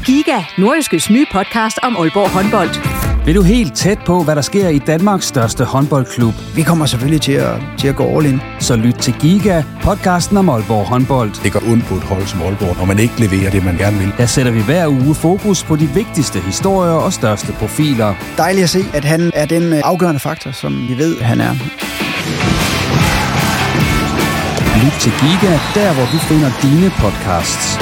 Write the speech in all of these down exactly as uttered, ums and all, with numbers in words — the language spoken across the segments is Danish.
Giga, Nordjyskes nye podcast om Aalborg håndbold. Vil du helt tæt på, hvad der sker i Danmarks største håndboldklub? Vi kommer selvfølgelig til at, til at gå all in. Så lyt til Giga, podcasten om Aalborg håndbold. Det går ondt på et hold som Aalborg, når man ikke leverer det, man gerne vil. Der sætter vi hver uge fokus på de vigtigste historier og største profiler. Dejligt at se, at han er den afgørende faktor, som vi ved, han er. Lyt til Giga, der hvor du finder dine podcasts.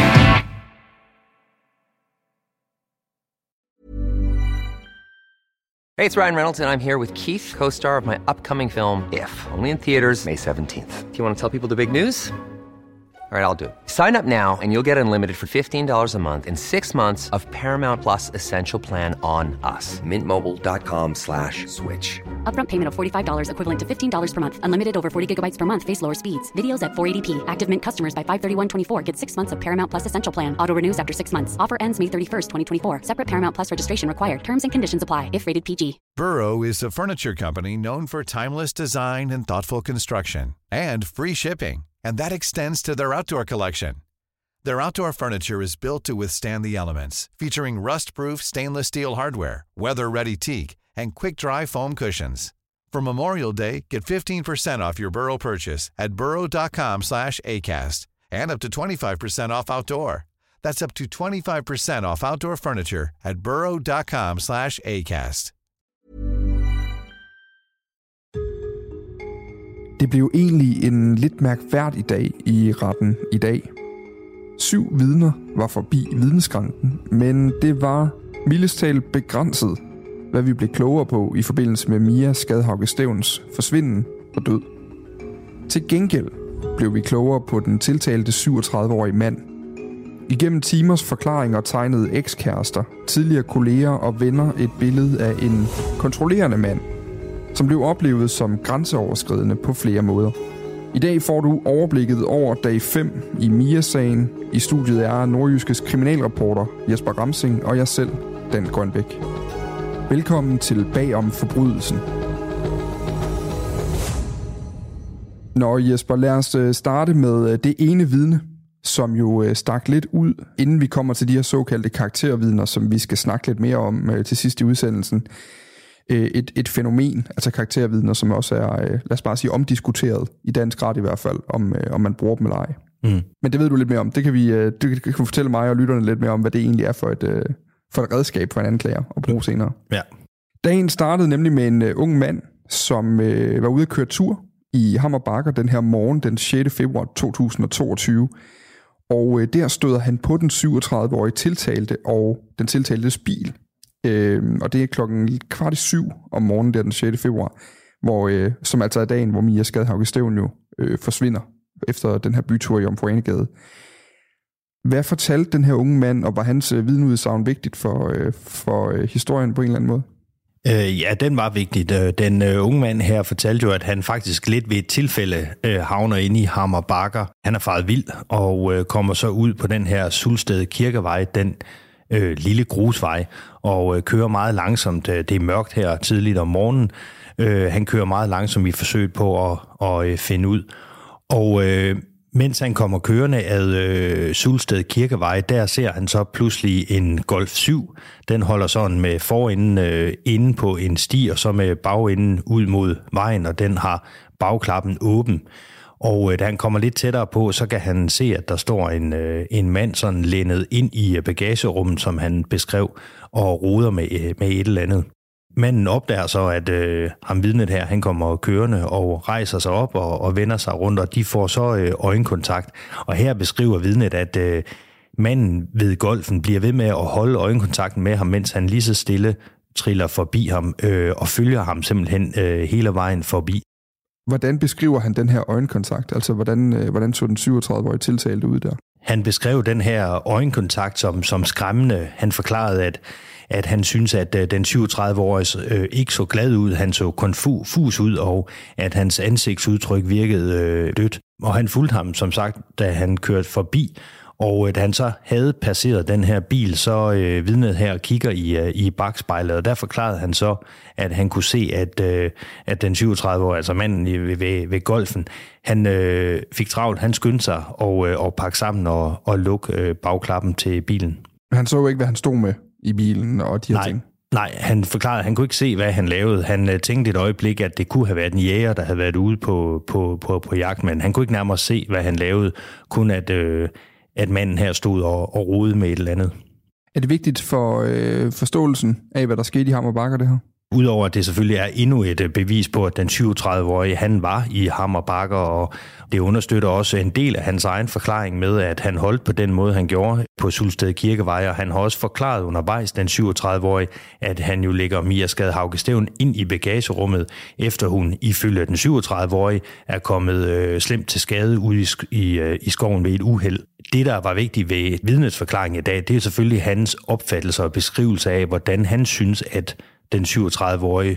Hey, it's Ryan Reynolds, and I'm here with Keith, co-star of my upcoming film, If, only in theaters May seventeenth. Do you want to tell people the big news? All right, I'll do it. Sign up now and you'll get unlimited for fifteen dollars a month and six months of Paramount Plus Essential Plan on us. Mint Mobile dot com slash switch. Upfront payment of forty-five dollars equivalent to fifteen dollars per month. Unlimited over forty gigabytes per month. Face lower speeds. Videos at four eighty p. Active Mint customers by five thirty-one twenty-four get six months of Paramount Plus Essential Plan. Auto renews after six months. Offer ends May thirty-first, twenty twenty-four. Separate Paramount Plus registration required. Terms and conditions apply if rated P G. Burrow is a furniture company known for timeless design and thoughtful construction and free shipping. And that extends to their outdoor collection. Their outdoor furniture is built to withstand the elements, featuring rust-proof stainless steel hardware, weather-ready teak, and quick-dry foam cushions. For Memorial Day, get fifteen percent off your Burrow purchase at burrow dot com slash acast and up to twenty-five percent off outdoor. That's up to twenty-five percent off outdoor furniture at burrow dot com slash acast. Det blev egentlig en lidt mærkværdig dag i retten i dag. Syv vidner var forbi vidneskranken, men det var mildest talt begrænset, hvad vi blev klogere på i forbindelse med Mia Skadhauge Stevns forsvinden og død. Til gengæld blev vi klogere på den tiltalte syvogtredive-årige mand. Igennem timers forklaringer tegnede ekskærester, tidligere kolleger og venner et billede af en kontrollerende mand, som blev oplevet som grænseoverskridende på flere måder. I dag får du overblikket over dag fem i Mia-sagen. I studiet er Nordjyskes kriminalreporter Jesper Ramsing og jeg selv, Dan Grønbæk. Velkommen til Bagom Forbrydelsen. Nå Jesper, lad os starte med det ene vidne, som jo stak lidt ud, inden vi kommer til de her såkaldte karaktervidner, som vi skal snakke lidt mere om til sidst i udsendelsen. Et, et fænomen, altså karaktervidner, som også er, lad os bare sige, omdiskuteret, i dansk ret i hvert fald, om, om man bruger dem eller ej. Mm. Men det ved du lidt mere om. Det kan vi det kan, kan fortælle mig og lytterne lidt mere om, hvad det egentlig er for et, for et redskab for en anklager at bruge senere. Ja. Dagen startede nemlig med en ung mand, som øh, var ude at køre tur i Hammer Bakker den her morgen, den sjette februar to tusind og toogtyve. Og øh, der støder han på den syvogtredive-årige tiltalte og den tiltaltes bil. Øh, og det er klokken kvart i syv om morgenen, der den sjette februar, hvor, øh, som altså er dagen, hvor Mia Skadhauge Stevn jo øh, forsvinder efter den her bytur i Jomfru Ane Gade. Hvad fortalte den her unge mand, og var hans øh, vidneudsagn vigtigt for, øh, for øh, historien på en eller anden måde? Øh, ja, den var vigtigt. Den øh, unge mand her fortalte jo, at han faktisk lidt ved et tilfælde øh, havner inde i Hammer Bakker. Han er faret vild og øh, kommer så ud på den her Sulsted Kirkevej, den øh, lille grusvej, og øh, kører meget langsomt. Det er mørkt her tidligt om morgenen. Øh, han kører meget langsomt i forsøget på at, at øh, finde ud. Og øh, mens han kommer kørende ad øh, Sulsted Kirkevej, der ser han så pludselig en Golf syv. Den holder sådan med forenden øh, inde på en sti, og så med bagenden ud mod vejen, og den har bagklappen åben. Og øh, da han kommer lidt tættere på, så kan han se, at der står en, øh, en mand sådan lænet ind i bagagerummet, som han beskrev, og roder med, øh, med et eller andet. Manden opdager så, at øh, ham vidnet her, han kommer kørende og rejser sig op og, og vender sig rundt, og de får så øh, øjenkontakt. Og her beskriver vidnet, at øh, manden ved golfen bliver ved med at holde øjenkontakten med ham, mens han lige så stille triller forbi ham øh, og følger ham simpelthen øh, hele vejen forbi. Hvordan beskriver han den her øjenkontakt? Altså, hvordan, øh, hvordan så den syvogtredive-årige tiltalte ud der? Han beskrev den her øjenkontakt som, som skræmmende. Han forklarede, at at han synes, at den syvogtredive-årige øh, ikke så glad ud, han så konfus ud, og at hans ansigtsudtryk virkede øh, dødt. Og han fulgte ham, som sagt, da han kørte forbi, og da han så havde passeret den her bil, så øh, vidnet her kigger i, øh, i bagspejlet, og der forklarede han så, at han kunne se, at, øh, at den syvogtredive-årige, altså manden i, ved, ved golfen, han øh, fik travlt, han skyndte sig og, øh, og pakke sammen og, og lukke øh, bagklappen til bilen. Han så jo ikke, hvad han stod med i bilen og de her Nej. ting. Nej, han forklarede, at han kunne ikke se, hvad han lavede. Han uh, tænkte et øjeblik, at det kunne have været en jæger, der havde været ude på, på, på, på jagt, men han kunne ikke nærmere se, hvad han lavede. Kun at, uh, at manden her stod og, og rodede med et eller andet. Er det vigtigt for øh, forståelsen af, hvad der skete i Hammer Bakker, det her? Udover at det selvfølgelig er endnu et bevis på, at den syvogtredive-årige han var i Hammer Bakker, og det understøtter også en del af hans egen forklaring med, at han holdt på den måde, han gjorde på Sulsted Kirkevej, og han har også forklaret undervejs, den syvogtredive-årige, at han jo lægger Mia Skade Hauge Stevn ind i bagagerummet, efter hun ifølge den syvogtredive-årige er kommet øh, slemt til skade ude i, i, øh, i skoven ved et uheld. Det, der var vigtigt ved vidnets forklaring i dag, det er selvfølgelig hans opfattelse og beskrivelse af, hvordan han synes, at den syvogtredive-årige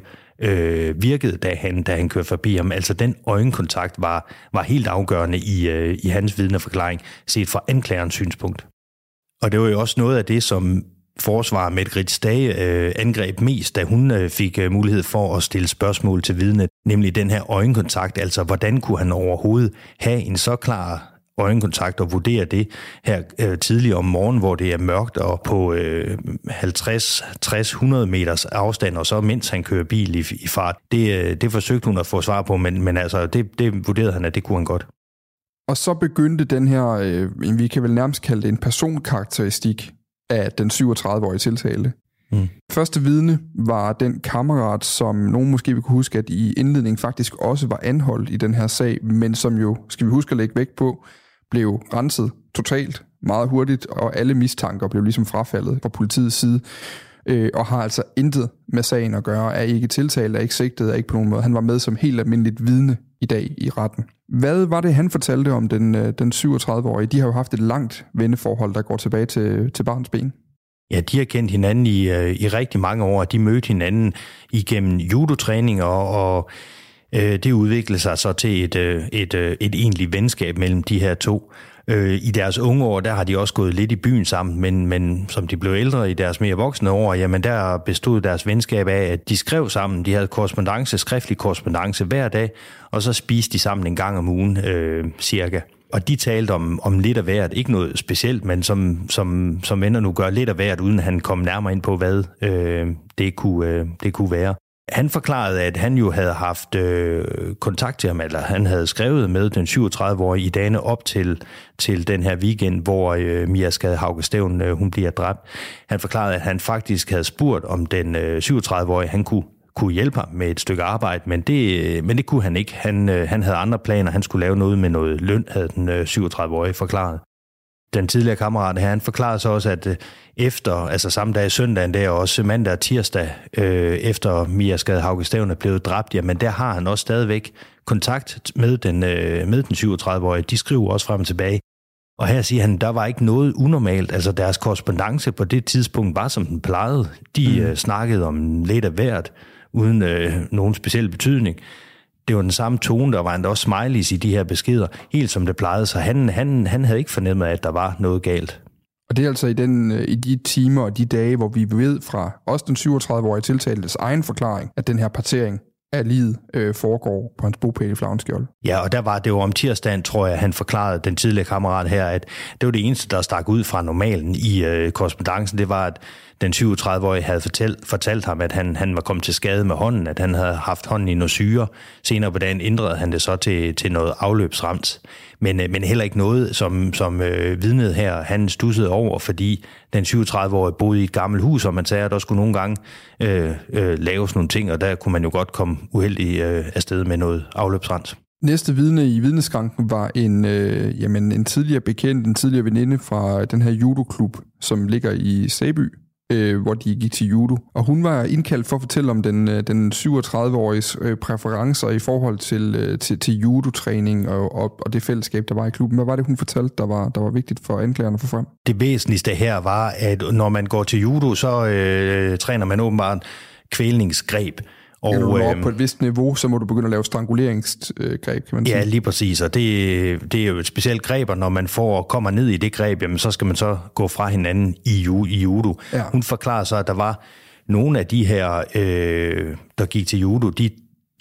øh, virkede, da han, da han kørte forbi ham. Altså den øjenkontakt var, var helt afgørende i, øh, i hans vidneforklaring, set fra anklagerens synspunkt. Og det var jo også noget af det, som forsvarer Mette Grits Stage øh, angreb mest, da hun øh, fik øh, mulighed for at stille spørgsmål til vidnet, nemlig den her øjenkontakt. Altså hvordan kunne han overhovedet have en så klar øjenkontakt og vurdere det her øh, tidligere om morgenen, hvor det er mørkt og på øh, halvtreds, tres, hundrede meters afstand, og så mens han kører bil i, i fart. Det, øh, det forsøgte hun at få svar på, men, men altså, det, det vurderede han, at det kunne han godt. Og så begyndte den her, øh, vi kan vel nærmest kalde det en personkarakteristik af den syvogtredive-årige tiltalte. Mm. Første vidne var den kammerat, som nogen måske vil kunne huske, at i indledningen faktisk også var anholdt i den her sag, men som jo, skal vi huske at lægge vægt på, blev renset totalt, meget hurtigt, og alle mistanker blev ligesom frafaldet fra politiets side, øh, og har altså intet med sagen at gøre, er ikke tiltalt, er ikke sigtet, er ikke på nogen måde. Han var med som helt almindeligt vidne i dag i retten. Hvad var det, han fortalte om den, den syvogtredive-årige? De har jo haft et langt venneforhold, der går tilbage til, til barnsben. Ja, de har kendt hinanden i, i rigtig mange år, og de mødte hinanden igennem judotræninger, og, og øh, det udviklede sig så til et, et, et, et egentligt venskab mellem de her to. Øh, I deres unge år, der har de også gået lidt i byen sammen, men, men som de blev ældre i deres mere voksne år, jamen der bestod deres venskab af, at de skrev sammen, de havde korrespondance, skriftlig korrespondance hver dag, og så spiste de sammen en gang om ugen, øh, cirka. Og de talte om, om lidt af hvert, ikke noget specielt, men som, som, som venner nu gør lidt af hvert, uden han kom nærmere ind på, hvad øh, det, kunne, øh, det kunne være. Han forklarede, at han jo havde haft øh, kontakt til ham, eller han havde skrevet med den syvogtredive-årige i dagene op til, til den her weekend, hvor øh, Mia Skade Hauge Stevn, øh, hun bliver dræbt. Han forklarede, at han faktisk havde spurgt, om den øh, syvogtredive-årige, han kunne kunne hjælpe ham med et stykke arbejde, men det, men det kunne han ikke. Han, han havde andre planer. Han skulle lave noget med noget løn, havde den syvogtredive-årige forklaret. Den tidligere kammerat her, han forklarede så også, at efter, altså samme dag søndagen der, og også mandag og tirsdag, øh, efter Mia Skade Hauge Stevn er blevet dræbt, jamen der har han også stadigvæk kontakt med den, øh, med den syvogtredive-årige. De skriver også frem og tilbage. Og her siger han, der var ikke noget unormalt. Altså deres korrespondance på det tidspunkt var, som den plejede. De mm. øh, snakkede om lidt af hvert, uden øh, nogen speciel betydning. Det var den samme tone, der var endda også smileys i de her beskeder, helt som det plejede, så han, han, han havde ikke fornemmet, at der var noget galt. Og det er altså i, den, i de timer og de dage, hvor vi ved fra også den syvogtredive-årige tiltaltes egen forklaring, at den her partering af livet øh, foregår på hans bopæl i Flavnskjold. Ja, og der var det jo om tirsdagen, tror jeg, han forklarede den tidligere kammerat her, at det var det eneste, der stak ud fra normalen i øh, korrespondancen. Det var, at den syvogtredive-årige havde fortalt, fortalt ham, at han, han var kommet til skade med hånden, at han havde haft hånden i noget syre. Senere på dagen ændrede han det så til, til noget afløbsrams. Men, øh, men heller ikke noget, som, som øh, vidnet her, han stussede over, fordi den syvogtredive-årige boede i et gammelt hus, og man sagde, at der skulle nogle gange øh, øh, laves nogle ting, og der kunne man jo godt komme uheldigt øh, afsted med noget afløbsrens. Næste vidne i vidneskranken var en, øh, jamen, en tidligere bekendt, en tidligere veninde fra den her judoklub, som ligger i Sæby, øh, hvor de gik til judo. Og hun var indkaldt for at fortælle om den, den syvogtredive-åriges øh, præferencer i forhold til, øh, til, til judotræning og, og, og det fællesskab, der var i klubben. Hvad var det, hun fortalte, der var, der var vigtigt for anklagerne at få frem? Det væsentligste her var, at når man går til judo, så øh, træner man åbenbart kvælningsgreb. Og, når du er på et vist niveau, så må du begynde at lave stranguleringsgreb, kan man sige. Ja, lige præcis, og det, det er jo et specielt greb, og når man får, kommer ned i det greb, jamen, så skal man så gå fra hinanden i, i judo. Ja. Hun forklarer så, at der var nogle af de her, øh, der gik til judo, de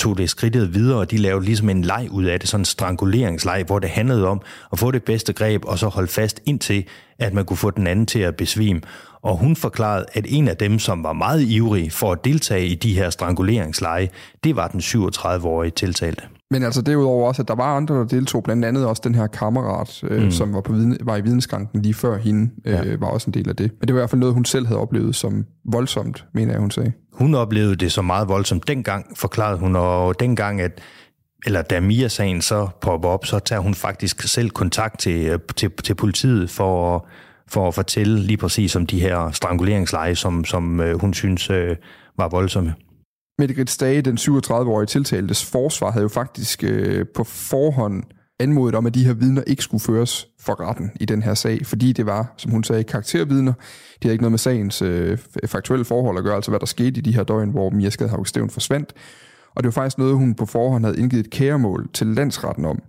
tog det skridtet videre, og de lavede ligesom en leg ud af det, sådan en stranguleringsleg, hvor det handlede om at få det bedste greb, og så holde fast indtil, at man kunne få den anden til at besvime. Og hun forklarede, at en af dem, som var meget ivrig for at deltage i de her stranguleringslege, det var den syvogtredive-årige tiltalte. Men altså derudover også, at der var andre, der deltog, blandt andet også den her kammerat, øh, mm. som var, på viden, var i vidensskranken lige før hende, øh, ja. var også en del af det. Men det var i hvert fald noget, hun selv havde oplevet som voldsomt, mener jeg, hun sagde. Hun oplevede det som meget voldsomt dengang, forklarede hun, og dengang, at eller da Mia-sagen så popper op, så tager hun faktisk selv kontakt til, til, til politiet for, for at fortælle lige præcis om de her stranguleringsleje, som, som øh, hun synes øh, var voldsomme. Mette Grits Stage, den syvogtredive-årige tiltaltes forsvar, havde jo faktisk øh, på forhånd anmodet om, at de her vidner ikke skulle føres for retten i den her sag, fordi det var, som hun sagde, karaktervidner. De havde ikke noget med sagens øh, faktuelle forhold at gøre, altså hvad der skete i de her døgn, hvor Mia Skadhavg-Stevn forsvandt. Og det var faktisk noget, hun på forhånd havde indgivet et kæremål til landsretten om.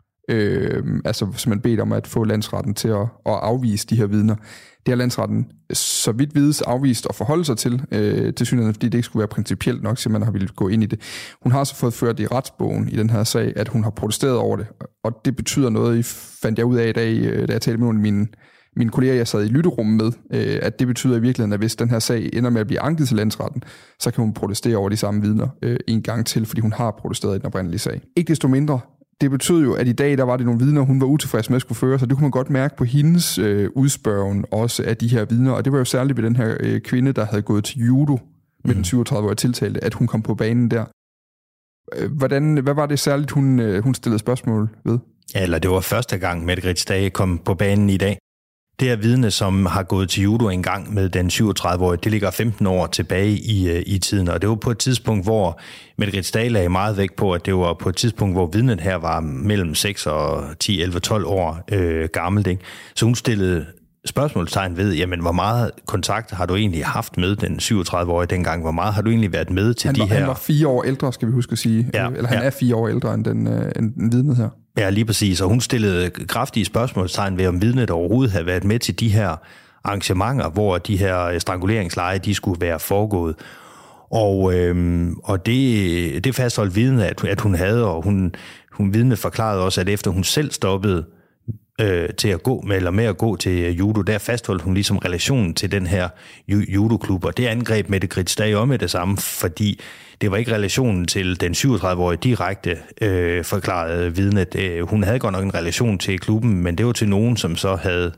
Øh, altså som man bedt om at få landsretten til at, at afvise de her vidner. Det har landsretten så vidt vides afvist at forholde sig til, øh, til synligheden, fordi det ikke skulle være principielt nok, så man har ville gå ind i det. Hun har så fået ført i retsbogen i den her sag, at hun har protesteret over det, og det betyder noget, I fandt jeg ud af i dag, da jeg talte med nogle af mine, mine kolleger, jeg sad i lytterummet med, øh, at det betyder i virkeligheden, at hvis den her sag ender med at blive anket til landsretten, så kan hun protestere over de samme vidner øh, en gang til, fordi hun har protesteret i den oprindelige sag. Ikke desto mindre, det betød jo, at i dag der var det nogle vidner, hun var utilfreds med at skulle føre, så det kunne man godt mærke på hendes øh, udspørgen også af de her vidner, og det var jo særligt ved den her øh, kvinde, der havde gået til judo med mm. den syvogtredive-årige tiltalte, at hun kom på banen der. Hvordan, hvad var det særligt, hun, øh, hun stillede spørgsmål ved? Ja, eller det var første gang, Mette Grits Stage kom på banen i dag. Det her vidne, som har gået til judo en gang med den syvogtredive-årige, det ligger femten år tilbage i, i tiden, og det var på et tidspunkt, hvor Mette Grits Stage lagde meget vægt på, at det var på et tidspunkt, hvor vidnet her var mellem seks og ti, elleve, tolv år øh, gammelt. Ikke? Så hun stillede spørgsmålstegn ved, jamen hvor meget kontakt har du egentlig haft med den syvogtredive-årige dengang? Hvor meget har du egentlig været med til han de var, her... Han var fire år ældre, skal vi huske at sige. Ja, Eller han ja. er fire år ældre end den, øh, end den vidnet her. Ja, lige præcis. Og hun stillede kraftige spørgsmålstegn ved, om vidnet overhovedet havde været med til de her arrangementer, hvor de her stranguleringslege, de skulle være foregået. Og, øhm, og det, det fastholdt vidnet, at, at hun havde, og hun, hun vidnet forklarede også, at efter hun selv stoppede øh, til at gå med, eller med at gå til judo, der fastholdt hun ligesom relationen til den her judoklub, og det angreb Mette Grits Stage om med det samme, fordi det var ikke relationen til den syvogtredive-årige direkte, øh, forklarede vidnet. Øh, hun havde godt nok en relation til klubben, men det var til nogen, som så havde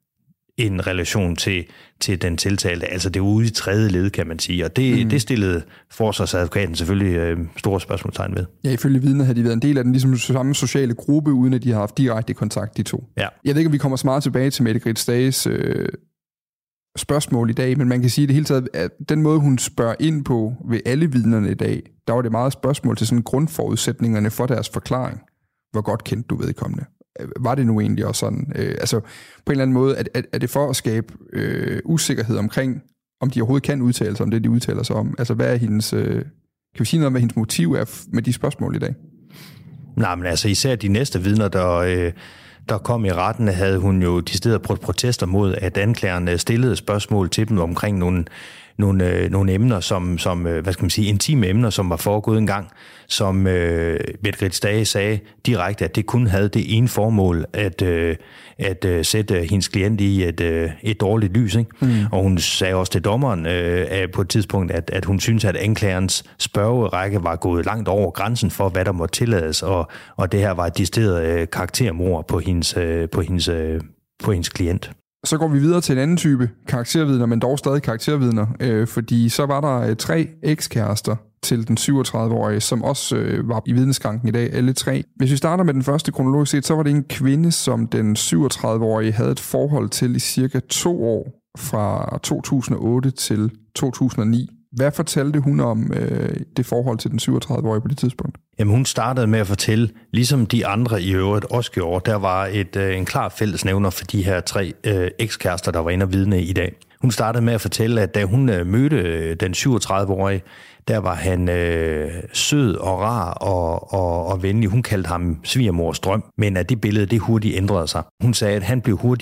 en relation til, til den tiltalte. Altså det var ude i tredje led, kan man sige. Og det, mm. det stillede forsvarsadvokaten selvfølgelig øh, store spørgsmålstegn ved. Ja, ifølge vidnet havde de været en del af den ligesom samme sociale gruppe, uden at de har haft direkte kontakt, de to. Ja. Jeg ved ikke, om vi kommer så meget tilbage til Mette Grits Stages øh, spørgsmål i dag, men man kan sige at det hele taget, at den måde, hun spørger ind på ved alle vidnerne i dag, der var det meget spørgsmål til sådan grundforudsætningerne for deres forklaring. Hvor godt kendte du vedkommende? Var det nu egentlig også sådan? Øh, altså på en eller anden måde, er, er, er det for at skabe øh, usikkerhed omkring, om de overhovedet kan udtale sig om det, de udtaler sig om? Altså hvad er hendes, øh, kan vi sige noget om, hvad hendes motiv er med de spørgsmål i dag? Nej, men altså især de næste vidner, der... Øh der kom i retten, havde hun jo de steder protester mod, at anklagerne stillede spørgsmål til dem omkring nogle, nogle, øh, nogle emner, som, som øh, hvad skal man sige, intime emner, som var foregået en gang, som øh, Mette Grits Stage sagde direkte, at det kun havde det ene formål, at, øh, at øh, sætte hendes klient i et, øh, et dårligt lys. Ikke? Mm. Og hun sagde også til dommeren øh, på et tidspunkt, at, at hun synes, at anklagerens spørgerække var gået langt over grænsen for, hvad der må tillades, og, og det her var et decideret øh, karaktermord på hendes, øh, på, hendes, øh, på hendes klient. Så går vi videre til en anden type karaktervidner, men dog stadig karaktervidner, øh, fordi så var der øh, tre ekskærester til den syvogtredive-årige, som også øh, var i vidneskranken i dag, alle tre. Hvis vi starter med den første kronologisk set, så var det en kvinde, som den syvogtredive-årige havde et forhold til i cirka to år, fra to tusind og otte til to tusind og ni. Hvad fortalte hun om øh, det forhold til den syvogtredive-årige på det tidspunkt? Jamen hun startede med at fortælle, ligesom de andre i øvrigt også gjorde, der var et, øh, en klar fællesnævner for de her tre øh, ekskærester, der var inde og vidne i dag. Hun startede med at fortælle, at da hun øh, mødte øh, den syvogtredive-årige, der var han øh, sød og rar og, og, og venlig. Hun kaldte ham svigermors drøm, men at det billede det hurtigt ændrede sig. Hun sagde, at han blev hurtigt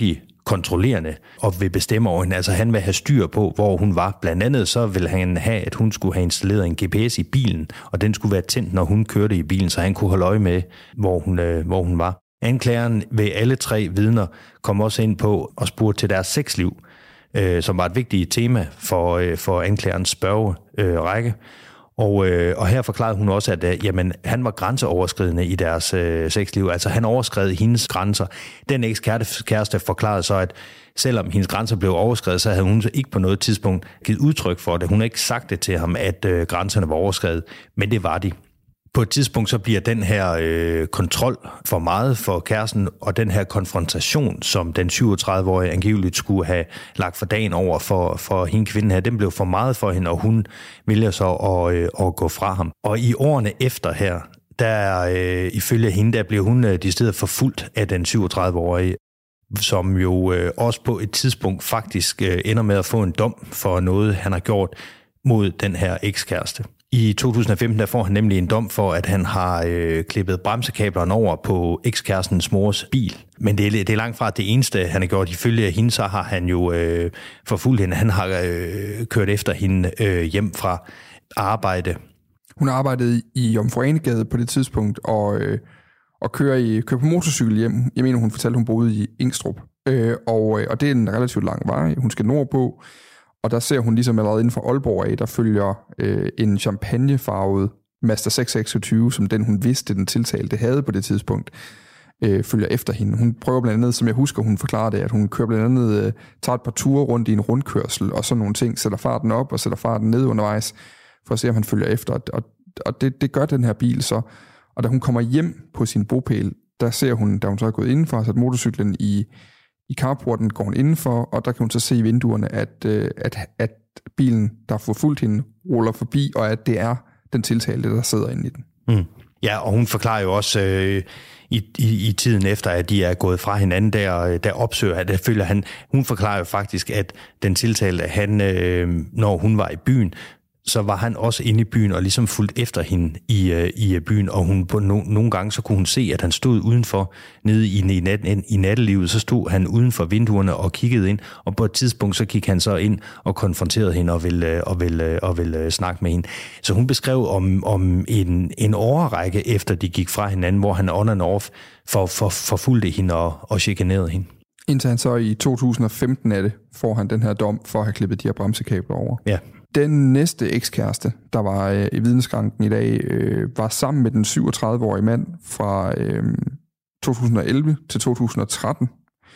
kontrollerende og vil bestemme over hende. Altså han vil have styr på, hvor hun var. Blandt andet så vil han have, at hun skulle have installeret en G P S i bilen, og den skulle være tændt, når hun kørte i bilen, så han kunne holde øje med, hvor hun, øh, hvor hun var. Anklageren ved alle tre vidner kom også ind på og spurgte til deres sexliv, øh, som var et vigtigt tema for, øh, for anklagerens spørgerække. Øh, Og, øh, og her forklarede hun også, at øh, jamen, han var grænseoverskridende i deres øh, sexliv. Altså han overskred hendes grænser. Den ekskæreste forklarede så, at selvom hendes grænser blev overskredet, så havde hun så ikke på noget tidspunkt givet udtryk for det. Hun har ikke sagt det til ham, at øh, grænserne var overskredet, men det var de. På et tidspunkt så bliver den her øh, kontrol for meget for kæresten, og den her konfrontation, som den syvogtredive-årige angiveligt skulle have lagt for dagen over for, for hende kvinden her, den blev for meget for hende, og hun ville så at, øh, at gå fra ham. Og i årene efter her, der øh, ifølge hende, der blev hun øh, de steder forfulgt af den syvogtredive-årige, som jo øh, også på et tidspunkt faktisk øh, ender med at få en dom for noget, han har gjort mod den her ekskæreste. I to tusind og femten der får han nemlig en dom for, at han har øh, klippet bremsekablerne over på ekskærestens mors bil. Men det er, det er langt fra det eneste, han har gjort. Ifølge hende, så har han jo øh, forfulgt hende. Han har øh, kørt efter hende øh, hjem fra arbejde. Hun arbejdede i Jomfru Anegade på det tidspunkt, og, øh, og kører, i, kører på motorcykel hjem. Jeg mener, hun fortalte, hun boede i Ingstrup. Øh, og, og det er en relativt lang vej. Hun skal nordpå. Og der ser hun ligesom allerede inden for Aalborg af, der følger øh, en champagnefarvet Mazda seks seksogtyve, som den hun vidste, den tiltalte havde på det tidspunkt, øh, følger efter hende. Hun prøver blandt andet, som jeg husker, hun forklarer det, at hun kører blandt andet, øh, tager et par ture rundt i en rundkørsel, og sådan nogle ting, sætter farten op og sætter farten ned undervejs, for at se, om han følger efter. Og, og det, det gør den her bil så. Og da hun kommer hjem på sin bopæl, der ser hun, da hun så er gået indenfor, og sat motorcyklen i I carporten, går hun indenfor, og der kan hun så se i vinduerne, at, øh, at, at bilen, der har forfulgt hende, ruller forbi, og at det er den tiltalte, der sidder inde i den. Mm. Ja, og hun forklarer jo også øh, i, i, i tiden efter, at de er gået fra hinanden, der, der opsøger, der følger han. Hun forklarer jo faktisk, at den tiltalte, han, øh, når hun var i byen, så var han også inde i byen og ligesom fulgt efter hende i, øh, i byen, og hun på no, nogle gange så kunne hun se, at han stod udenfor, nede i, i, nat, i nattelivet, så stod han uden for vinduerne og kiggede ind, og på et tidspunkt så gik han så ind og konfronterede hende og ville, og ville, og ville snakke med hende. Så hun beskrev om, om en, en årrække efter de gik fra hinanden, hvor han on and off for, for, forfulgte hende og, og chikanerede hende. Indtil han så i to tusind og femten af det, får han den her dom for at have klippet de her bremsekabler over. Ja. Den næste ekskæreste, der var øh, i vidneskranken i dag, øh, var sammen med den syvogtredive-årige mand fra øh, to tusind og elleve til to tusind og tretten.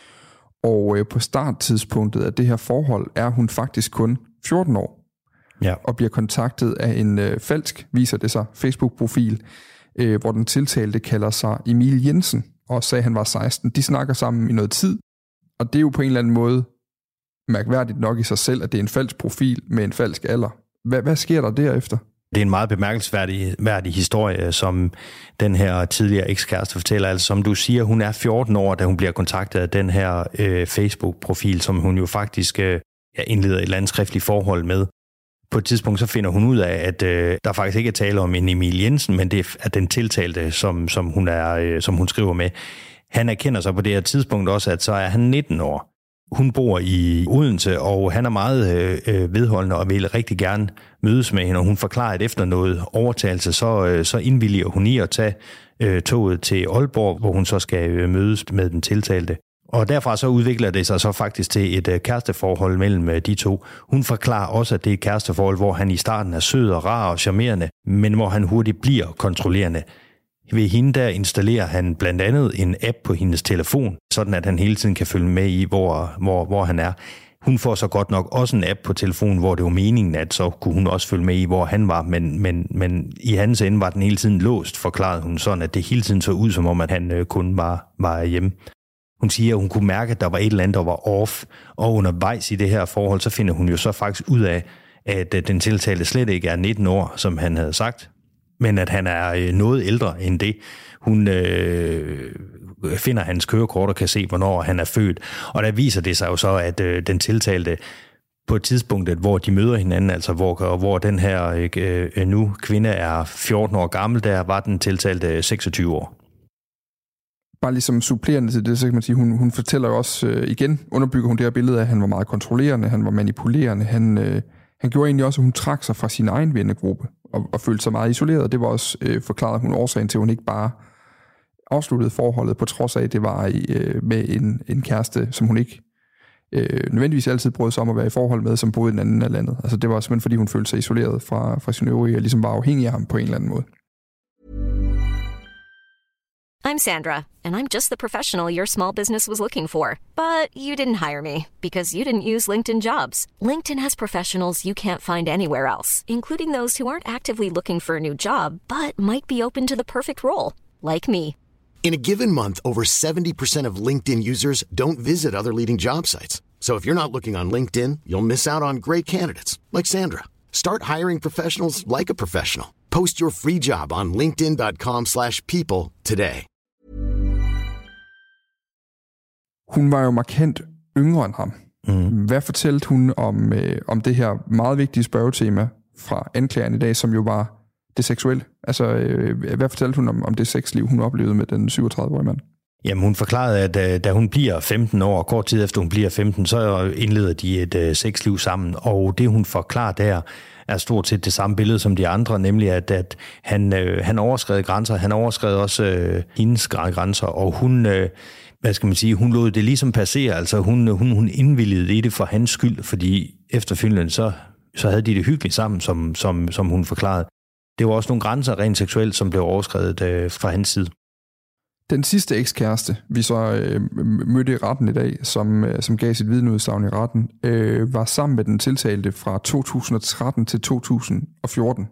Og øh, på starttidspunktet af det her forhold er hun faktisk kun fjorten år. Ja. Og bliver kontaktet af en øh, falsk, viser det sig, Facebook-profil, øh, hvor den tiltalte kalder sig Emil Jensen, og sagde, at han var seksten. De snakker sammen i noget tid, og det er jo på en eller anden måde mærkværdigt nok i sig selv, at det er en falsk profil med en falsk alder. Hvad, hvad sker der derefter? Det er en meget bemærkelsesværdig værdig historie, som den her tidligere ekskæreste fortæller. Altså som du siger, hun er fjorten år, da hun bliver kontaktet af den her øh, Facebook-profil, som hun jo faktisk øh, indleder et eller andet skriftligt forhold med. På et tidspunkt så finder hun ud af, at øh, der faktisk ikke er tale om en Emil Jensen, men det er den tiltalte, som, som, hun, er, øh, som hun skriver med. Han erkender så på det her tidspunkt også, at så er han nitten år. Hun bor i Odense, og han er meget øh, vedholdende og vil rigtig gerne mødes med hende, og hun forklarer, at efter noget overtagelse, så, øh, så indvilliger hun i at tage øh, toget til Aalborg, hvor hun så skal øh, mødes med den tiltalte. Og derfra så udvikler det sig så faktisk til et øh, kæresteforhold mellem øh, de to. Hun forklarer også, at det er et kæresteforhold, hvor han i starten er sød og rar og charmerende, men hvor han hurtigt bliver kontrollerende. Ved hende der installerer han blandt andet en app på hendes telefon, sådan at han hele tiden kan følge med i, hvor, hvor, hvor han er. Hun får så godt nok også en app på telefonen, hvor det var meningen, at så kunne hun også følge med i, hvor han var, men, men, men i hans ende var den hele tiden låst, forklarede hun, sådan at det hele tiden så ud, som om at han øh, kun var, var hjemme. Hun siger, at hun kunne mærke, at der var et eller andet, der var off, og undervejs i det her forhold, så finder hun jo så faktisk ud af, at øh, den tiltalte slet ikke er nitten år, som han havde sagt, men at han er noget ældre end det. Hun øh, finder hans kørekort og kan se, hvornår han er født. Og der viser det sig jo så, at øh, den tiltalte på et tidspunkt, hvor de møder hinanden, altså hvor, hvor den her øh, nu kvinde er fjorten år gammel, der var den tiltalte seksogtyve år. Bare ligesom supplerende til det, så kan man sige, hun, hun fortæller jo også øh, igen, underbygger hun det her billede af, at han var meget kontrollerende, han var manipulerende, han, øh, han gjorde egentlig også, at hun trak sig fra sin egen vennegruppe og, og følte sig meget isoleret. Det var også øh, forklaret hun årsagen til, at hun ikke bare afsluttede forholdet, på trods af, at det var øh, med en, en kæreste, som hun ikke øh, nødvendigvis altid brød sig om at være i forhold med, som boede i den anden af landet. Altså det var simpelthen, fordi hun følte sig isoleret fra, fra sin øvrige, og ligesom var afhængig af ham på en eller anden måde. I'm Sandra, and I'm just the professional your small business was looking for. But you didn't hire me because you didn't use LinkedIn Jobs. LinkedIn has professionals you can't find anywhere else, including those who aren't actively looking for a new job, but might be open to the perfect role, like me. In a given month, over seventy percent of LinkedIn users don't visit other leading job sites. So if you're not looking on LinkedIn, you'll miss out on great candidates like Sandra. Start hiring professionals like a professional. Post your free job on linkedin dot com slash people today. Hun var jo markant yngre end ham. Mm. Hvad fortalte hun om, øh, om det her meget vigtige spørgetema fra anklageren i dag, som jo var det seksuelle? Altså, øh, hvad fortalte hun om, om det sexliv, hun oplevede med den syvogtredive-årige mand? Jamen, hun forklarede, at da hun bliver femten år, kort tid efter hun bliver femten, så indleder de et uh, sexliv sammen. Og det, hun forklarer der, er stort set det samme billede som de andre, nemlig at, at han, øh, han overskred grænser. Han overskred også øh, hendes grænser, og hun... Øh, hvad skal man sige, hun lod det ligesom passere, altså hun, hun, hun indvilligede i det for hans skyld, fordi efterfølgende så, så havde de det hyggeligt sammen, som, som, som hun forklarede. Det var også nogle grænser rent seksuelt, som blev overskredet øh, fra hans side. Den sidste ekskæreste, vi så øh, mødte i retten i dag, som, øh, som gav sit vidneudsagn i retten, øh, var sammen med den tiltalte fra to tusind og tretten til to tusind og fjorten.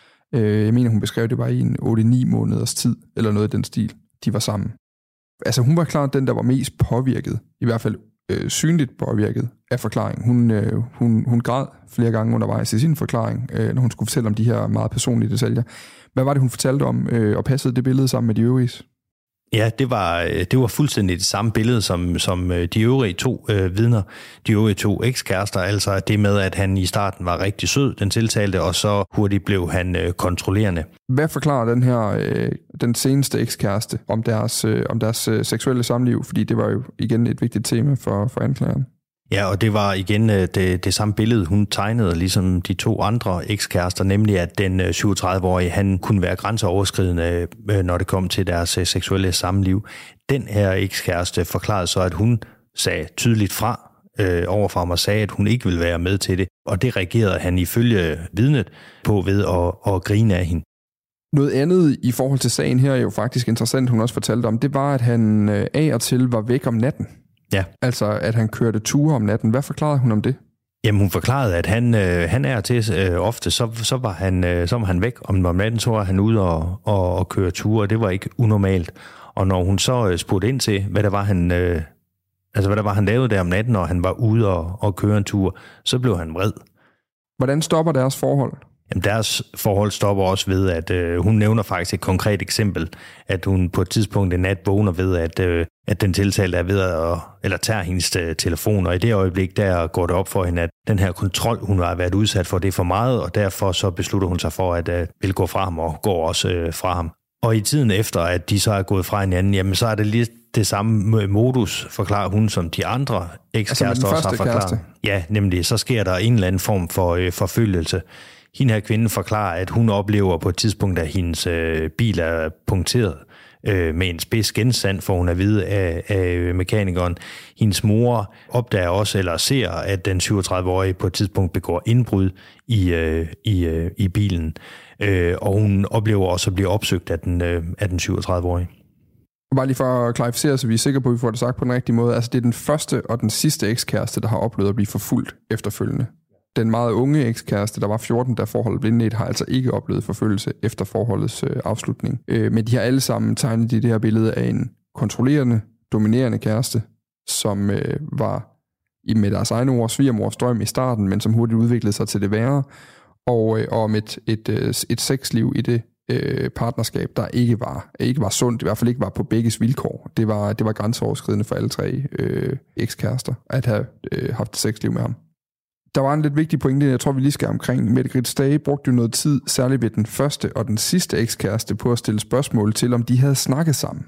Øh, jeg mener, hun beskrev, det var i en otte ni måneders tid, eller noget i den stil, de var sammen. Altså hun var klart den, der var mest påvirket, i hvert fald øh, synligt påvirket af forklaringen. Hun, øh, hun, hun græd flere gange undervejs i sin forklaring, øh, når hun skulle fortælle om de her meget personlige detaljer. Hvad var det, hun fortalte om, øh, og passede det billede sammen med de øvrige? Ja, det var, det var fuldstændig det samme billede som, som de øvrige to øh, vidner, de øvrige to ekskærester, altså det med, at han i starten var rigtig sød, den tiltalte, og så hurtigt blev han øh, kontrollerende. Hvad forklarer den her, øh, den seneste ekskæreste om deres, øh, om deres øh, seksuelle samliv? Fordi det var jo igen et vigtigt tema for, for anklageren. Ja, og det var igen det, det samme billede, hun tegnede, ligesom de to andre ekskærester, nemlig at den syvogtredive-årige, han kunne være grænseoverskridende, når det kom til deres seksuelle samliv. Den her ekskæreste forklarede så, at hun sagde tydeligt fra øh, overfor ham og sagde, at hun ikke ville være med til det. Og det reagerede han ifølge vidnet på ved at, at grine af hende. Noget andet i forhold til sagen her er jo faktisk interessant, hun også fortalte om, det var, at han af og til var væk om natten. Ja. Altså, at han kørte ture om natten. Hvad forklarede hun om det? Jamen, hun forklarede, at han, øh, han er til øh, ofte, så, så, var han, øh, så var han væk. Om, om natten, så var han ude og, og, og køre ture, og det var ikke unormalt. Og når hun så øh, spurgte ind til, hvad der var, han, øh, altså, hvad der var, han lavede der om natten, når han var ude og, og køre en tur, så blev han vred. Hvordan stopper deres forhold? Jamen, deres forhold stopper også ved, at øh, hun nævner faktisk et konkret eksempel, at hun på et tidspunkt en nat vågner ved, at, øh, at den tiltalte er ved at, eller tager hendes øh, telefon, og i det øjeblik, der går det op for hende, at den her kontrol, hun har været udsat for, det er for meget, og derfor så beslutter hun sig for, at øh, vil gå fra ham, og går også øh, fra ham. Og i tiden efter, at de så er gået fra hinanden, jamen så er det lige det samme modus, forklarer hun, som de andre ekskærester altså også har forklaret. Kæreste. Ja, nemlig, så sker der en eller anden form for øh, forfølgelse. Hende her kvinde forklarer, at hun oplever på et tidspunkt, at hendes øh, bil er punkteret øh, med en spids genstand, for hun er vide af, af mekanikeren. Hendes mor opdager også, eller ser, at den syvogtredive-årige på et tidspunkt begår indbrud i, øh, i, øh, i bilen. Øh, og hun oplever også at blive opsøgt af den, øh, af den syvogtredive-årige. Bare lige for at klarificere, så vi er sikre på, at vi får det sagt på den rigtige måde. Altså, det er den første og den sidste ekskæreste, der har oplevet at blive forfulgt efterfølgende. Den meget unge ekskæreste, der var fjorten, da forholdet blev indledt, har altså ikke oplevet forfølgelse efter forholdets øh, afslutning. Øh, men de har alle sammen tegnet i det her billede af en kontrollerende, dominerende kæreste, som øh, var i med deres egne ord svigermors drøm i starten, men som hurtigt udviklede sig til det værre, og, øh, og om et, et, et, et sexliv i det øh, partnerskab, der ikke var, ikke var sundt, i hvert fald ikke var på begges vilkår. Det var, det var grænseoverskridende for alle tre øh, ekskærester at have øh, haft et sexliv med ham. Der var en lidt vigtig pointe, jeg tror, vi lige skal omkring. Mette Grits Stage brugte jo noget tid, særligt ved den første og den sidste ekskæreste, på at stille spørgsmål til, om de havde snakket sammen.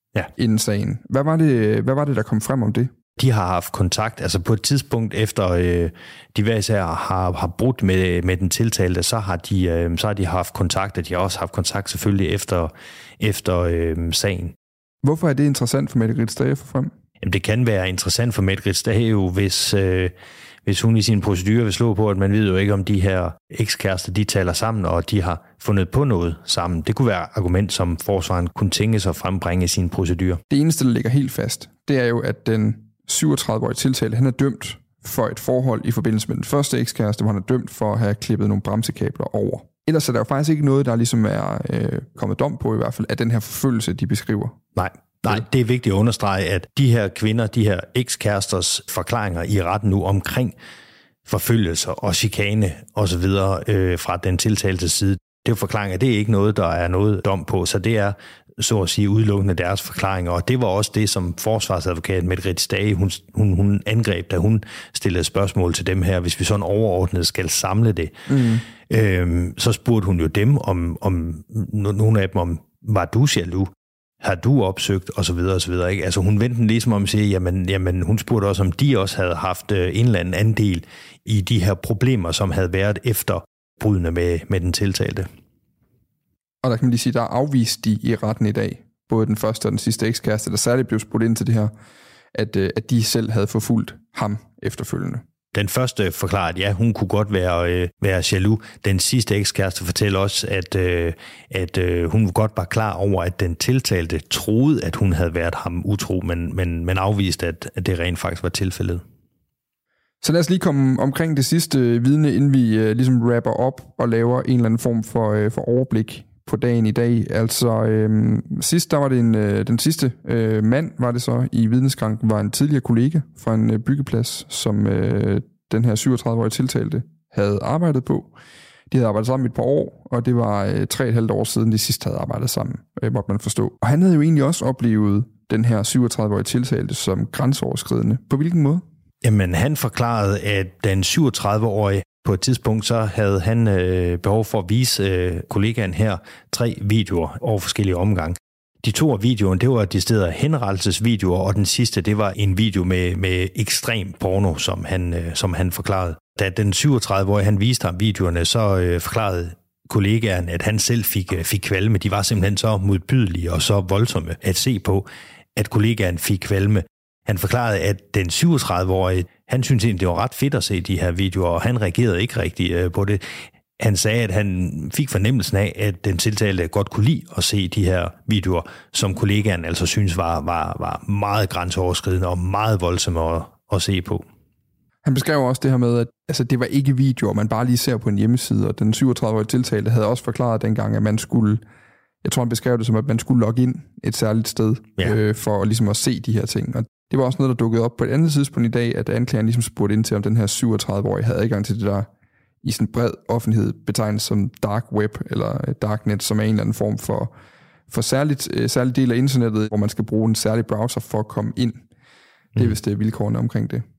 ja. inden sagen. Hvad var, det, hvad var det, der kom frem om det? De har haft kontakt, altså på et tidspunkt efter øh, diverse her har, har brudt med, med den tiltalte, så har, de, øh, så har de haft kontakt, og de har også haft kontakt selvfølgelig efter, efter øh, sagen. Hvorfor er det interessant for Mette Grits Stage for frem? Jamen, det kan være interessant for Mette Grits Stage jo, hvis, øh, hvis hun i sin procedure vil slå på, at man ved jo ikke, om de her ekskærester, de taler sammen, og de har fundet på noget sammen. Det kunne være et argument, som forsvaren kunne tænke sig at frembringe i sin procedure. Det eneste, der ligger helt fast, det er jo, at den syvogtredive-årige tiltalte, han er dømt for et forhold i forbindelse med den første ekskæreste, hvor han er dømt for at have klippet nogle bremsekabler over. Ellers er der jo faktisk ikke noget, der ligesom er øh, kommet dom på i hvert fald, af den her forfølgelse, de beskriver. Nej. Nej, det er vigtigt at understrege, at de her kvinder, de her ekskæresters forklaringer i retten nu omkring forfølgelser og chikane osv. Øh, fra den tiltalte side, det er jo forklaringer, det er ikke noget, der er noget dom på, så det er så at sige udelukkende deres forklaringer, og det var også det, som forsvarsadvokat Mette Grits Stage, hun, hun, hun angreb, da hun stillede spørgsmål til dem her, hvis vi sådan overordnet skal samle det. Mm. Øhm, så spurgte hun jo dem, om, om nogle af dem, om var du jaloux? Har du opsøgt, og så videre, og så videre, ikke? Altså hun vendte den ligesom om at sige, jamen, jamen hun spurgte også, om de også havde haft en eller anden andel i de her problemer, som havde været efter brudene med, med den tiltalte. Og der kan man lige sige, der er afvist de i retten i dag, både den første og den sidste ekskæreste, der særligt blev spurgt ind til det her, at, at de selv havde forfulgt ham efterfølgende. Den første forklarer, at ja, hun kunne godt være, øh, være jaloux. Den sidste ekskæreste fortæller også, at, øh, at øh, hun godt var klar over, at den tiltalte troede, at hun havde været ham utro, men, men, men afviste, at, at det rent faktisk var tilfældet. Så lad os lige komme omkring det sidste vidne, inden vi øh, ligesom rapper op og laver en eller anden form for, øh, for overblik på dagen i dag. Altså øh, sidst, der var det en, øh, den sidste øh, mand, var det så i vidneskranken, var en tidligere kollega fra en øh, byggeplads, som øh, den her syvogtredive-årige tiltalte havde arbejdet på. De havde arbejdet sammen et par år, og det var øh, tre og et halvt år siden, de sidst havde arbejdet sammen, øh, måtte man forstå. Og han havde jo egentlig også oplevet den her syvogtredive-årige tiltalte som grænseoverskridende. På hvilken måde? Jamen, han forklarede, at den syvogtredive-årige på et tidspunkt, så havde han øh, behov for at vise øh, kollegaen her tre videoer over forskellige omgange. De to af videoerne, det var de steder henrettelsesvideoer, og den sidste, det var en video med, med ekstrem porno, som han, øh, som han forklarede. Da den syvogtredive-årige, han viste ham videoerne, så øh, forklarede kollegaen, at han selv fik, øh, fik kvalme. De var simpelthen så modbydelige og så voldsomme at se på, at kollegaen fik kvalme. Han forklarede, at den syvogtredive-årige, han syntes egentlig, det var ret fedt at se de her videoer, og han reagerede ikke rigtig på det. Han sagde, at han fik fornemmelsen af, at den tiltalte godt kunne lide at se de her videoer, som kollegaen altså synes var, var, var meget grænseoverskridende og meget voldsomme at, at se på. Han beskrev også det her med, at altså, det var ikke videoer, man bare lige ser på en hjemmeside, og den syvogtredive-årige tiltalte havde også forklaret dengang, at man skulle, jeg tror han beskrev det som, at man skulle logge ind et særligt sted, ja. øh, for ligesom at se de her ting. Og det var også noget, der dukkede op på et andet tidspunkt i dag, at anklageren ligesom spurgte ind til, om den her syvogtredive-årige havde adgang til det der i sådan bred offentlighed betegnes som dark web eller darknet, som er en eller anden form for, for særligt, øh, særlig del af internettet, hvor man skal bruge en særlig browser for at komme ind. Det er vist det vilkårene omkring det.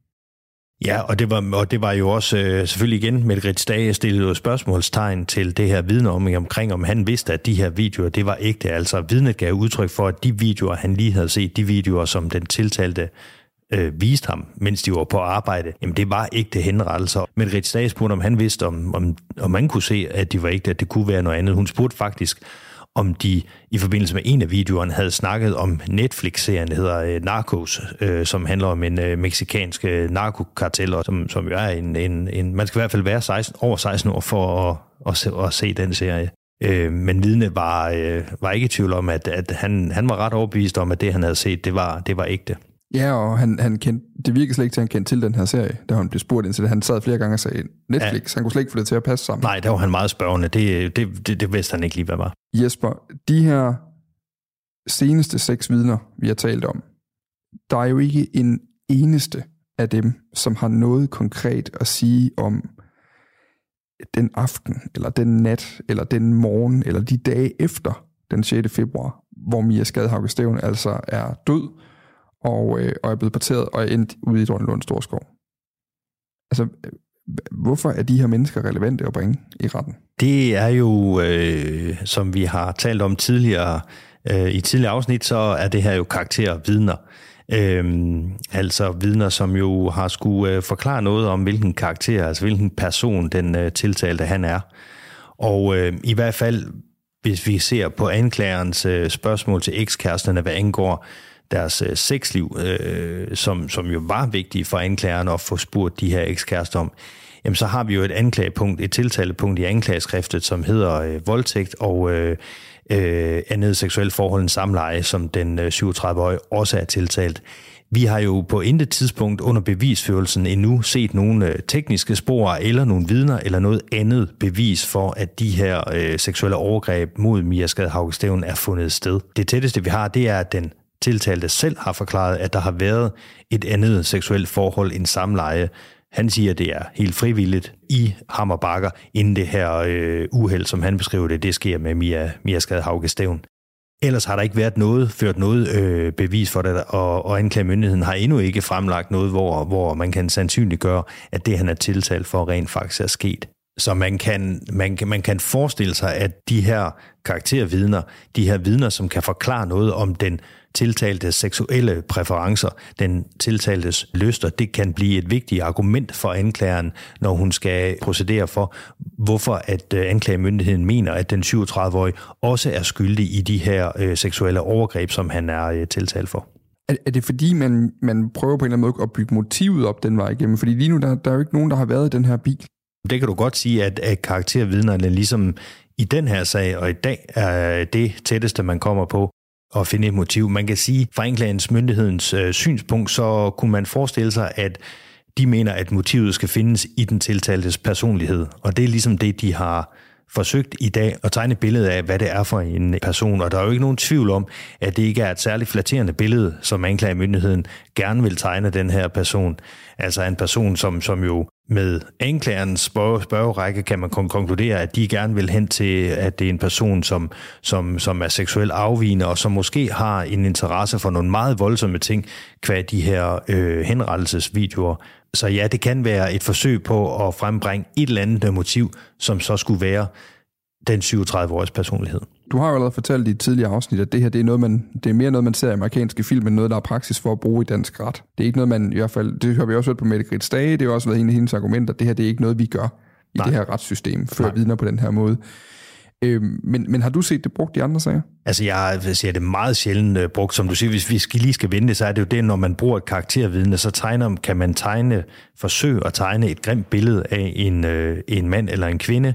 Ja, og det var, og det var jo også øh, selvfølgelig igen, Mette Grits Stage stillede jo spørgsmålstegn til det her vidne om, omkring, om han vidste, at de her videoer, det var ægte. Altså vidnet gav udtryk for, at de videoer, han lige havde set, de videoer, som den tiltalte øh, viste ham, mens de var på arbejde, jamen det var ægte henrettelser. Mette Grits Stage spurgte, om han vidste, om, om, om man kunne se, at de var ægte, at det kunne være noget andet. Hun spurgte faktisk, om de i forbindelse med en af videoerne havde snakket om Netflix-serien, der hedder øh, Narcos, øh, som handler om en øh, mexikansk øh, narkokartel, som, som jo er en, en, en... Man skal i hvert fald være seksten, over seksten år for at, at, se, at se den serie. Øh, men vidne var, øh, var ikke i tvivl om, at, at han, han var ret overbevist om, at det, han havde set, det var, det var ægte. Ja, og han, han kendte, det virkede slet ikke til, at han kendte til den her serie, da han blev spurgt ind til det. Han sad flere gange og sagde Netflix. Ja. Han kunne slet ikke få det til at passe sammen. Nej, der var han meget spørgende. Det, det, det, det vidste han ikke lige, hvad var. Jesper, de her seneste seks vidner, vi har talt om, der er jo ikke en eneste af dem, som har noget konkret at sige om den aften, eller den nat, eller den morgen, eller de dage efter den sjette februar, hvor Mia Skadhauge Stevn altså er død, og, øh, og er blevet parteret og er endt ude i Dronninglund Storskov. Altså, hvorfor er de her mennesker relevante at bringe i retten? Det er jo, øh, som vi har talt om tidligere, øh, i tidligere afsnit, så er det her jo karaktervidner. Øhm, altså vidner, som jo har skulle øh, forklare noget om, hvilken karakter, altså hvilken person den øh, tiltalte han er. Og øh, i hvert fald, hvis vi ser på anklagerens øh, spørgsmål til ekskæresterne, hvad angår deres øh, sexliv, øh, som, som jo var vigtige for anklageren at få spurgt de her ekskærester om, jamen så har vi jo et anklagepunkt, et tiltalepunkt i anklageskriftet, som hedder øh, voldtægt og øh, øh, andet seksuelt forhold end samleje, som den øh, syvogtredive-årige også er tiltalt. Vi har jo på intet tidspunkt under bevisførelsen endnu set nogle øh, tekniske spor eller nogle vidner eller noget andet bevis for, at de her øh, seksuelle overgreb mod Mia Skade Hauge Stevn er fundet sted. Det tætteste vi har, det er, at den tiltalte selv har forklaret, at der har været et andet seksuelt forhold end samleje. Han siger, at det er helt frivilligt i Hammer Bakker, inden det her øh, uheld, som han beskriver det, det sker med Mia, Mia Skade Hauge Stevn. Ellers har der ikke været noget, ført noget øh, bevis for det, og, og anklagemyndigheden har endnu ikke fremlagt noget, hvor, hvor man kan sandsynliggøre, at det, han er tiltalt for, rent faktisk er sket. Så man kan, man, kan, man kan forestille sig, at de her karaktervidner, de her vidner, som kan forklare noget om den tiltaltes seksuelle præferencer, den tiltaltes lyster, det kan blive et vigtigt argument for anklageren, når hun skal procedere for, hvorfor at anklagemyndigheden mener, at den syvogtredive-årige også er skyldig i de her øh, seksuelle overgreb, som han er øh, tiltalt for. Er, er det fordi, man, man prøver på en eller anden måde at bygge motivet op den vej igennem? Fordi lige nu, der, der er jo ikke nogen, der har været i den her bil. Det kan du godt sige, at, at karaktervidnerne ligesom i den her sag og i dag er det tætteste, man kommer på at finde et motiv. Man kan sige, fra anklagens myndighedens øh, synspunkt, så kunne man forestille sig, at de mener, at motivet skal findes i den tiltaltes personlighed. Og det er ligesom det, de har forsøgt i dag at tegne et billede af, hvad det er for en person. Og der er jo ikke nogen tvivl om, at det ikke er et særligt flatterende billede, som anklagemyndigheden gerne vil tegne den her person. Altså en person, som, som jo med anklagerens spørge, spørgerække kan man konkludere, at de gerne vil hen til, at det er en person, som, som, som er seksuelt afvigende, og som måske har en interesse for nogle meget voldsomme ting, qua de her øh, henrettelsesvideoer. Så ja, det kan være et forsøg på at frembringe et eller andet motiv, som så skulle være den syvogtredive-åriges personlighed. Du har jo allerede fortalt i et tidligere afsnit, at det her det er, noget, man, det er mere noget, man ser i amerikanske film, end noget, der er praksis for at bruge i dansk ret. Det er ikke noget, man i hvert fald, det har vi også hørt på Mette Grits Dage, det har også været en af hendes argumenter, det her det er ikke noget, vi gør i Nej. det her retssystem, før vidner på den her måde. Øhm, men, men har du set det brugt i andre sager? Altså jeg ser det meget sjældent uh, brugt, som du siger, hvis vi skal, lige skal vende det, så er det jo det, når man bruger et karaktervidne, så tegner, kan man tegne, forsøge at tegne et grimt billede af en, uh, en mand eller en kvinde,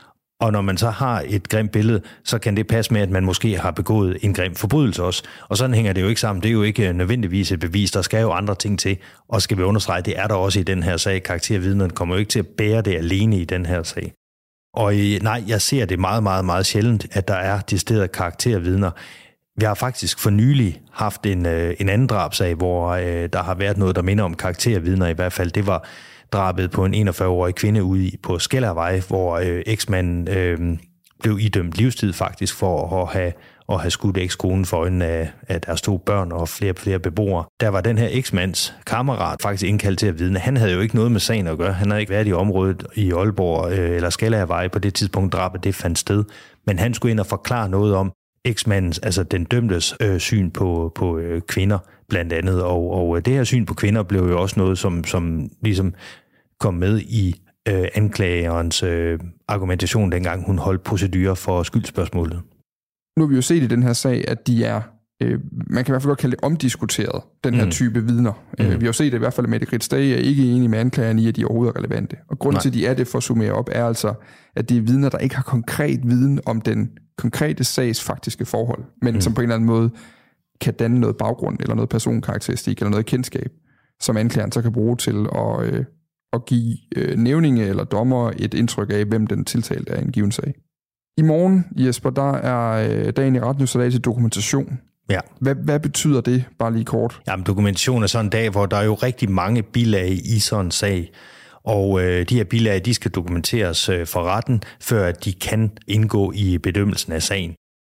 og når man så har et grimt billede, så kan det passe med, at man måske har begået en grim forbrydelse også. Og sådan hænger det jo ikke sammen. Det er jo ikke nødvendigvis et bevis. Der skal jo andre ting til. Og skal vi understrege, det er der også i den her sag. Karaktervidnerne kommer jo ikke til at bære det alene i den her sag. Og nej, jeg ser det meget, meget, meget sjældent, at der er decideret karaktervidner. Vi har faktisk for nylig haft en, en anden drabsag, hvor øh, der har været noget, der minder om karaktervidner i hvert fald. Det var drabet på en enogfyrre-årig kvinde ude på Skellervej, hvor øh, eksmanden øh, blev idømt livstid faktisk for at have, at have skudt ekskonen for øjnene af, af deres to børn og flere flere beboere. Der var den her eksmands kammerat faktisk indkaldt til at vidne. Han havde jo ikke noget med sagen at gøre. Han havde ikke været i området i Aalborg øh, eller Skellervej på det tidspunkt, drabet det fandt sted. Men han skulle ind og forklare noget om eksmandens, altså den dømtes øh, syn på, på øh, kvinder blandt andet. Og, og det her syn på kvinder blev jo også noget, som, som ligesom kom med i øh, anklagerens øh, argumentation, dengang hun holdt procedurer for skyldspørgsmålet. Nu har vi jo set i den her sag, at de er, øh, man kan i hvert fald godt kalde det omdiskuteret, den her mm. type vidner. Mm. Øh, vi har jo set, at i hvert fald Mette Grits Dage er ikke enige med anklageren i, at de overhovedet er relevante. Og grunden Nej. til, at de er det, for at summere op, er altså, at det er vidner, der ikke har konkret viden om den konkrete sags faktiske forhold, men mm. som på en eller anden måde kan danne noget baggrund, eller noget personkarakteristik, eller noget kendskab, som anklageren så kan bruge til at, øh, at give øh, nævninge eller dommer et indtryk af, hvem den tiltalte er i en given sag. I morgen, Jesper, der er øh, dagen i retten jo så til dokumentation. Ja. Hvad, hvad betyder det, bare lige kort? Jamen, dokumentation er sådan en dag, hvor der er jo rigtig mange bilag i sådan en sag, og øh, de her bilag, de skal dokumenteres øh, for retten, før de kan indgå i bedømmelsen af sagen.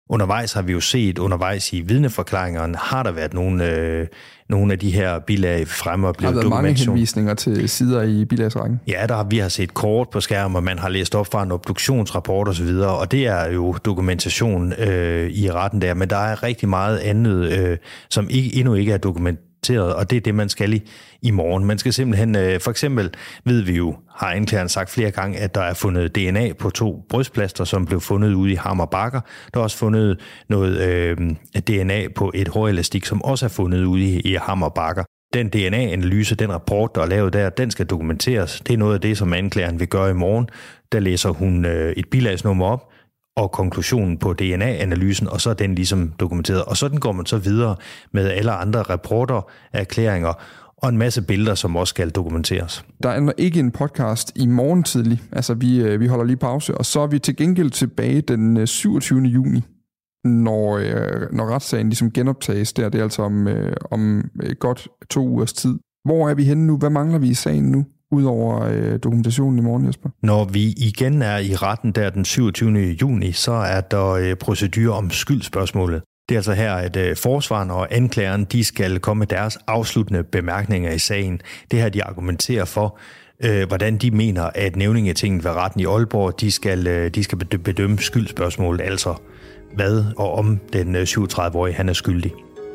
Undervejs har vi jo set, undervejs i vidneforklaringerne, har der været nogle, øh, nogle af de her bilag fremme og blevet dokumentation. Har der været mange henvisninger til sider i bilagsrækken? Ja, der, vi har set kort på skærmen, og man har læst op fra en obduktionsrapport osv., og det er jo dokumentation øh, i retten der, men der er rigtig meget andet, øh, som ikke, endnu ikke er dokumenteret, og det er det, man skal i, i morgen. Man skal simpelthen, øh, for eksempel ved vi jo, har anklageren sagt flere gange, at der er fundet D N A på to brystplaster, som blev fundet ude i Hammer Bakker. Der er også fundet noget øh, D N A på et hårelastik, som også er fundet ude i, i Hammer Bakker. Den D N A-analyse, den rapport, der er lavet der, den skal dokumenteres. Det er noget af det, som anklageren vil gøre i morgen. Der læser hun øh, et bilagsnummer op, og konklusionen på D N A-analysen, og så er den ligesom dokumenteret. Og sådan går man så videre med alle andre rapporter, erklæringer og en masse billeder, som også skal dokumenteres. Der er ikke en podcast i morgen tidlig. Altså, vi, vi holder lige pause, og så er vi til gengæld tilbage den syvogtyvende juni, når, når retssagen ligesom genoptages der. Det er altså om, om godt to ugers tid. Hvor er vi henne nu? Hvad mangler vi i sagen nu? Udover øh, dokumentationen i morgen, Jesper? Når vi igen er i retten der den syvogtyvende juni, så er der øh, procedure om skyldspørgsmålet. Det er altså her, at øh, forsvaren og anklageren, de skal komme med deres afsluttende bemærkninger i sagen. Det her, de argumenterer for, øh, hvordan de mener, at nævningetinget ved retten i Aalborg, de skal, øh, de skal bedømme skyldspørgsmålet, altså hvad og om den syvogtredive-årige han er skyldig.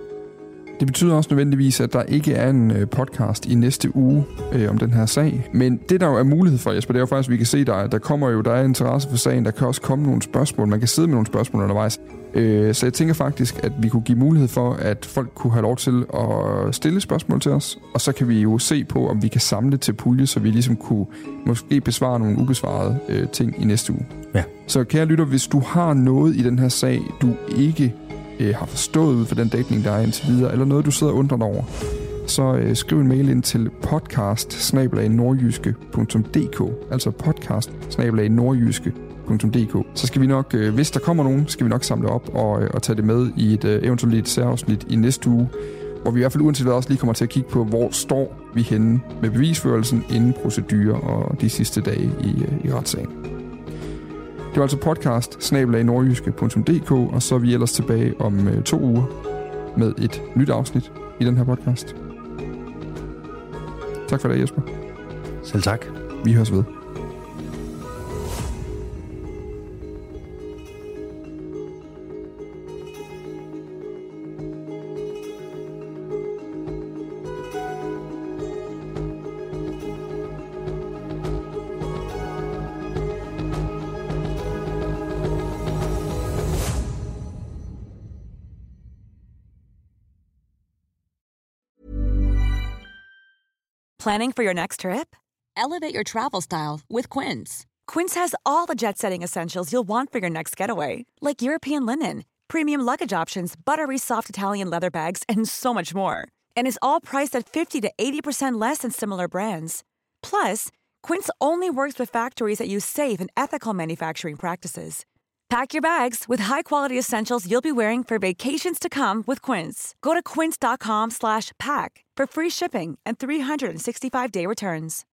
Det betyder også nødvendigvis, at der ikke er en podcast i næste uge øh, om den her sag. Men det, der jo er mulighed for, Jesper, det er jo faktisk, at vi kan se, der, der kommer jo, der er interesse for sagen. Der kan også komme nogle spørgsmål. Man kan sidde med nogle spørgsmål undervejs. Øh, så jeg tænker faktisk, at vi kunne give mulighed for, at folk kunne have lov til at stille spørgsmål til os. Og så kan vi jo se på, om vi kan samle til pulje, så vi ligesom kunne måske besvare nogle ubesvarede øh, ting i næste uge. Ja. Så kære lytter, hvis du har noget i den her sag, du ikke har forstået ud for den dækning, der er indtil videre, eller noget, du sidder og undrer dig over, så øh, skriv en mail ind til podcast snabel-a nordjyske punktum d k, altså podcast snabel-a nordjyske punktum d k. Så skal vi nok, øh, hvis der kommer nogen, skal vi nok samle op og, øh, og tage det med i et øh, eventuelt særafsnit i næste uge, hvor vi i hvert fald uanset hvad også lige kommer til at kigge på, hvor står vi henne med bevisførelsen inden procedurer og de sidste dage i, øh, i retssagen. Det var altså podcast snabel-a nordjyske punktum d k, og så er vi ellers tilbage om øh, to uger med et nyt afsnit i den her podcast. Tak for det, Jesper. Selv tak. Vi høres ved. Planning for your next trip? Elevate your travel style with Quince. Quince has all the jet-setting essentials you'll want for your next getaway, like European linen, premium luggage options, buttery soft Italian leather bags, and so much more. And is all priced at fifty to eighty percent less than similar brands. Plus, Quince only works with factories that use safe and ethical manufacturing practices. Pack your bags with high-quality essentials you'll be wearing for vacations to come with Quince. Go to quince dot com slash pack for free shipping and three sixty-five day returns.